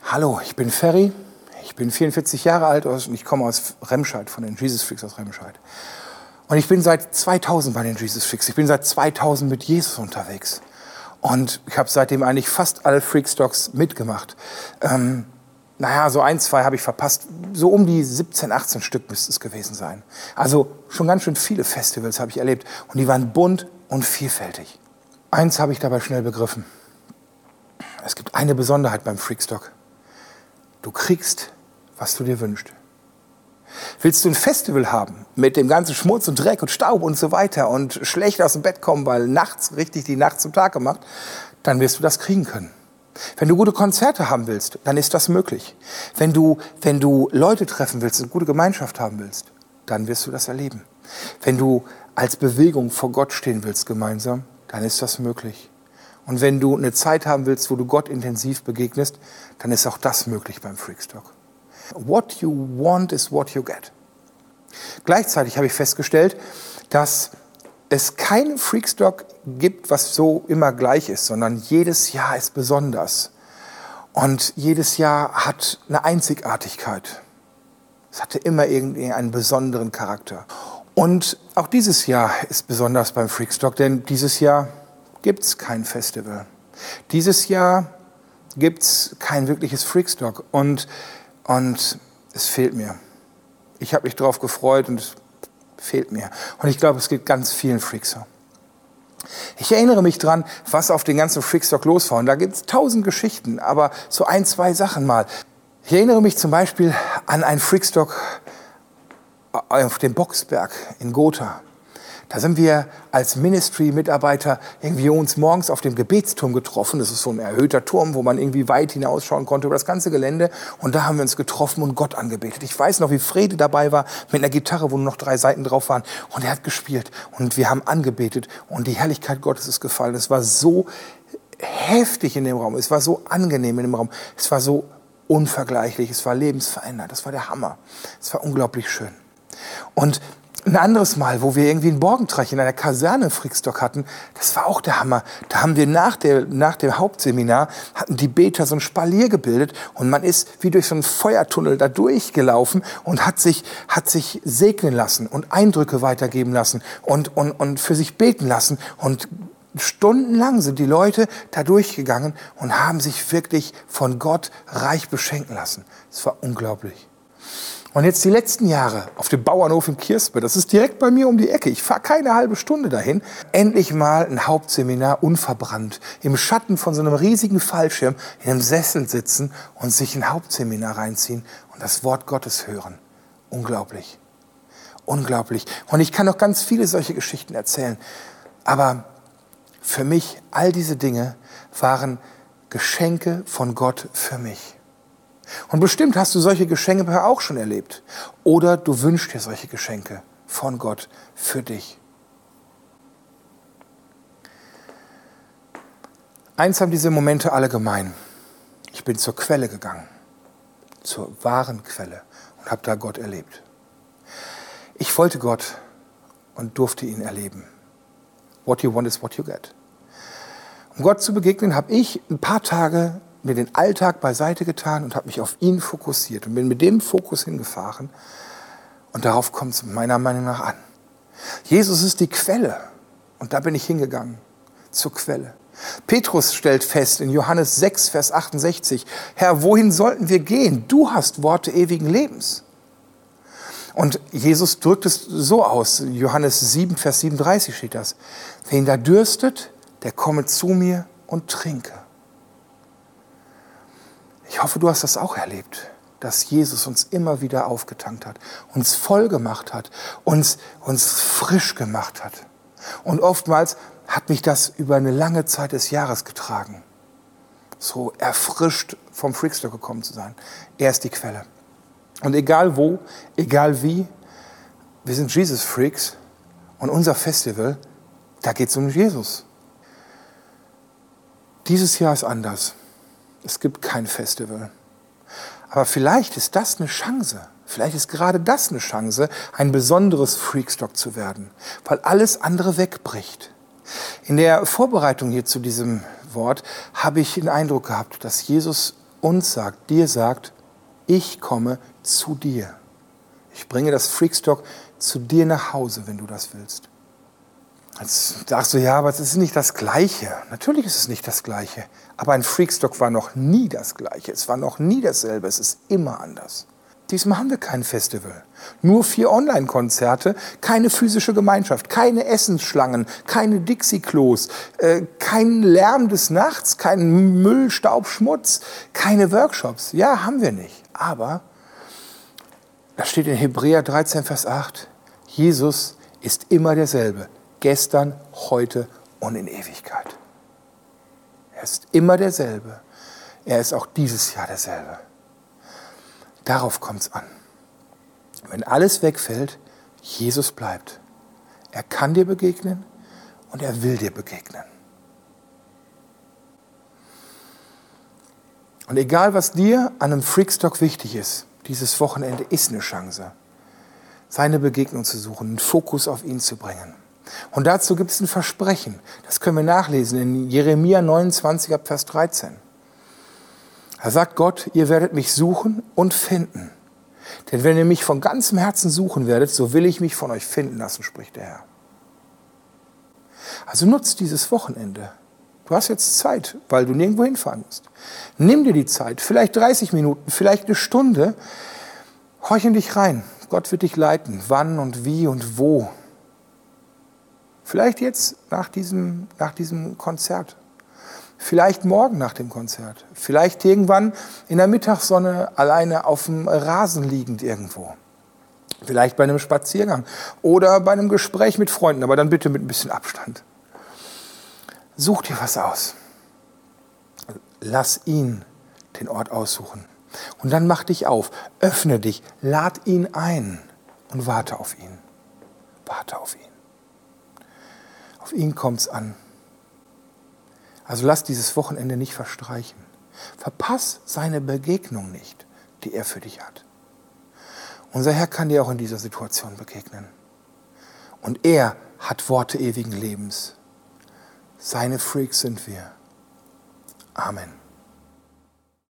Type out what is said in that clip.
Hallo, ich bin Ferry, ich bin 44 Jahre alt und ich komme aus Remscheid, von den Jesus Freaks aus Remscheid. Und ich bin seit 2000 bei den Jesus Freaks. Ich bin seit 2000 mit Jesus unterwegs. Und ich habe seitdem eigentlich fast alle Freakstocks mitgemacht. So 1, 2 habe ich verpasst. So um die 17, 18 Stück müsste es gewesen sein. Also schon ganz schön viele Festivals habe ich erlebt. Und die waren bunt und vielfältig. Eins habe ich dabei schnell begriffen. Es gibt eine Besonderheit beim Freakstock. Du kriegst, was du dir wünschst. Willst du ein Festival haben mit dem ganzen Schmutz und Dreck und Staub und so weiter und schlecht aus dem Bett kommen, weil nachts richtig die Nacht zum Tag gemacht, dann wirst du das kriegen können. Wenn du gute Konzerte haben willst, dann ist das möglich. Wenn du Leute treffen willst, eine gute Gemeinschaft haben willst, dann wirst du das erleben. Wenn du als Bewegung vor Gott stehen willst gemeinsam, dann ist das möglich. Und wenn du eine Zeit haben willst, wo du Gott intensiv begegnest, dann ist auch das möglich beim Freakstock. What you want is what you get. Gleichzeitig habe ich festgestellt, dass es keinen Freakstock gibt, was so immer gleich ist, sondern jedes Jahr ist besonders. Und jedes Jahr hat eine Einzigartigkeit. Es hatte immer irgendwie einen besonderen Charakter. Und auch dieses Jahr ist besonders beim Freakstock, denn dieses Jahr gibt es kein Festival. Dieses Jahr gibt es kein wirkliches Freakstock. Und es fehlt mir. Ich habe mich darauf gefreut und es fehlt mir. Und ich glaube, es geht ganz vielen Freaks so. Ich erinnere mich dran, was auf den ganzen Freakstock los war. Und da gibt es 1000 Geschichten, aber so 1, 2 Sachen mal. Ich erinnere mich zum Beispiel an einen Freakstock auf dem Boxberg in Gotha. Da sind wir als Ministry-Mitarbeiter irgendwie uns morgens auf dem Gebetsturm getroffen. Das ist so ein erhöhter Turm, wo man irgendwie weit hinausschauen konnte über das ganze Gelände. Und da haben wir uns getroffen und Gott angebetet. Ich weiß noch, wie Frede dabei war mit einer Gitarre, wo nur noch 3 Saiten drauf waren. Und er hat gespielt und wir haben angebetet und die Herrlichkeit Gottes ist gefallen. Es war so heftig in dem Raum. Es war so angenehm in dem Raum. Es war so unvergleichlich. Es war lebensverändert. Das war der Hammer. Es war unglaublich schön. Und ein anderes Mal, wo wir irgendwie einen Borgentreich in einer Kaserne Freakstock hatten, das war auch der Hammer. Da haben wir nach dem Hauptseminar, hatten die Beter so ein Spalier gebildet und man ist wie durch so einen Feuertunnel da durchgelaufen und hat sich segnen lassen und Eindrücke weitergeben lassen und für sich beten lassen. Und stundenlang sind die Leute da durchgegangen und haben sich wirklich von Gott reich beschenken lassen. Es war unglaublich. Und jetzt die letzten Jahre auf dem Bauernhof in Kirspe, das ist direkt bei mir um die Ecke. Ich fahre keine halbe Stunde dahin. Endlich mal ein Hauptseminar unverbrannt. Im Schatten von so einem riesigen Fallschirm in einem Sessel sitzen und sich ein Hauptseminar reinziehen und das Wort Gottes hören. Unglaublich. Unglaublich. Und ich kann noch ganz viele solche Geschichten erzählen. Aber für mich, all diese Dinge waren Geschenke von Gott für mich. Und bestimmt hast du solche Geschenke auch schon erlebt. Oder du wünschst dir solche Geschenke von Gott für dich. Eins haben diese Momente alle gemein. Ich bin zur Quelle gegangen, zur wahren Quelle und habe da Gott erlebt. Ich wollte Gott und durfte ihn erleben. What you want is what you get. Um Gott zu begegnen, habe ich ein paar Tage mir den Alltag beiseite getan und habe mich auf ihn fokussiert und bin mit dem Fokus hingefahren. Und darauf kommt es meiner Meinung nach an. Jesus ist die Quelle und da bin ich hingegangen, zur Quelle. Petrus stellt fest in Johannes 6, Vers 68, Herr, wohin sollten wir gehen? Du hast Worte ewigen Lebens. Und Jesus drückt es so aus, Johannes 7, Vers 37 steht das. Wen da dürstet, der komme zu mir und trinke. Ich hoffe, du hast das auch erlebt, dass Jesus uns immer wieder aufgetankt hat, uns voll gemacht hat, uns frisch gemacht hat. Und oftmals hat mich das über eine lange Zeit des Jahres getragen, so erfrischt vom Freakstock gekommen zu sein. Er ist die Quelle. Und egal wo, egal wie, wir sind Jesus-Freaks und unser Festival, da geht es um Jesus. Dieses Jahr ist anders. Es gibt kein Festival. Aber vielleicht ist das eine Chance. Vielleicht ist gerade das eine Chance, ein besonderes Freakstock zu werden, weil alles andere wegbricht. In der Vorbereitung hier zu diesem Wort habe ich den Eindruck gehabt, dass Jesus uns sagt, dir sagt, ich komme zu dir. Ich bringe das Freakstock zu dir nach Hause, wenn du das willst. Jetzt sagst du, ja, aber es ist nicht das Gleiche. Natürlich ist es nicht das Gleiche. Aber ein Freakstock war noch nie das Gleiche. Es war noch nie dasselbe. Es ist immer anders. Diesmal haben wir kein Festival. Nur 4 Online-Konzerte, keine physische Gemeinschaft, keine Essensschlangen, keine Dixie-Klos, kein Lärm des Nachts, kein Müll, Staub, Schmutz, keine Workshops. Ja, haben wir nicht. Aber da steht in Hebräer 13, Vers 8, Jesus ist immer derselbe. Gestern, heute und in Ewigkeit. Er ist immer derselbe. Er ist auch dieses Jahr derselbe. Darauf kommt es an. Wenn alles wegfällt, Jesus bleibt. Er kann dir begegnen und er will dir begegnen. Und egal, was dir an einem Freakstock wichtig ist, dieses Wochenende ist eine Chance, seine Begegnung zu suchen, einen Fokus auf ihn zu bringen. Und dazu gibt es ein Versprechen. Das können wir nachlesen in Jeremia 29, Vers 13. Da sagt Gott, ihr werdet mich suchen und finden. Denn wenn ihr mich von ganzem Herzen suchen werdet, so will ich mich von euch finden lassen, spricht der Herr. Also nutzt dieses Wochenende. Du hast jetzt Zeit, weil du nirgendwo hinfahren musst. Nimm dir die Zeit, vielleicht 30 Minuten, vielleicht eine Stunde. Horch in dich rein. Gott wird dich leiten, wann und wie und wo. Vielleicht jetzt nach diesem Konzert. Vielleicht morgen nach dem Konzert. Vielleicht irgendwann in der Mittagssonne alleine auf dem Rasen liegend irgendwo. Vielleicht bei einem Spaziergang oder bei einem Gespräch mit Freunden, aber dann bitte mit ein bisschen Abstand. Such dir was aus. Lass ihn den Ort aussuchen. Und dann mach dich auf, öffne dich, lad ihn ein und warte auf ihn. Warte auf ihn. Auf ihn kommt's an. Also lass dieses Wochenende nicht verstreichen. Verpass seine Begegnung nicht, die er für dich hat. Unser Herr kann dir auch in dieser Situation begegnen. Und er hat Worte ewigen Lebens. Seine Freaks sind wir. Amen.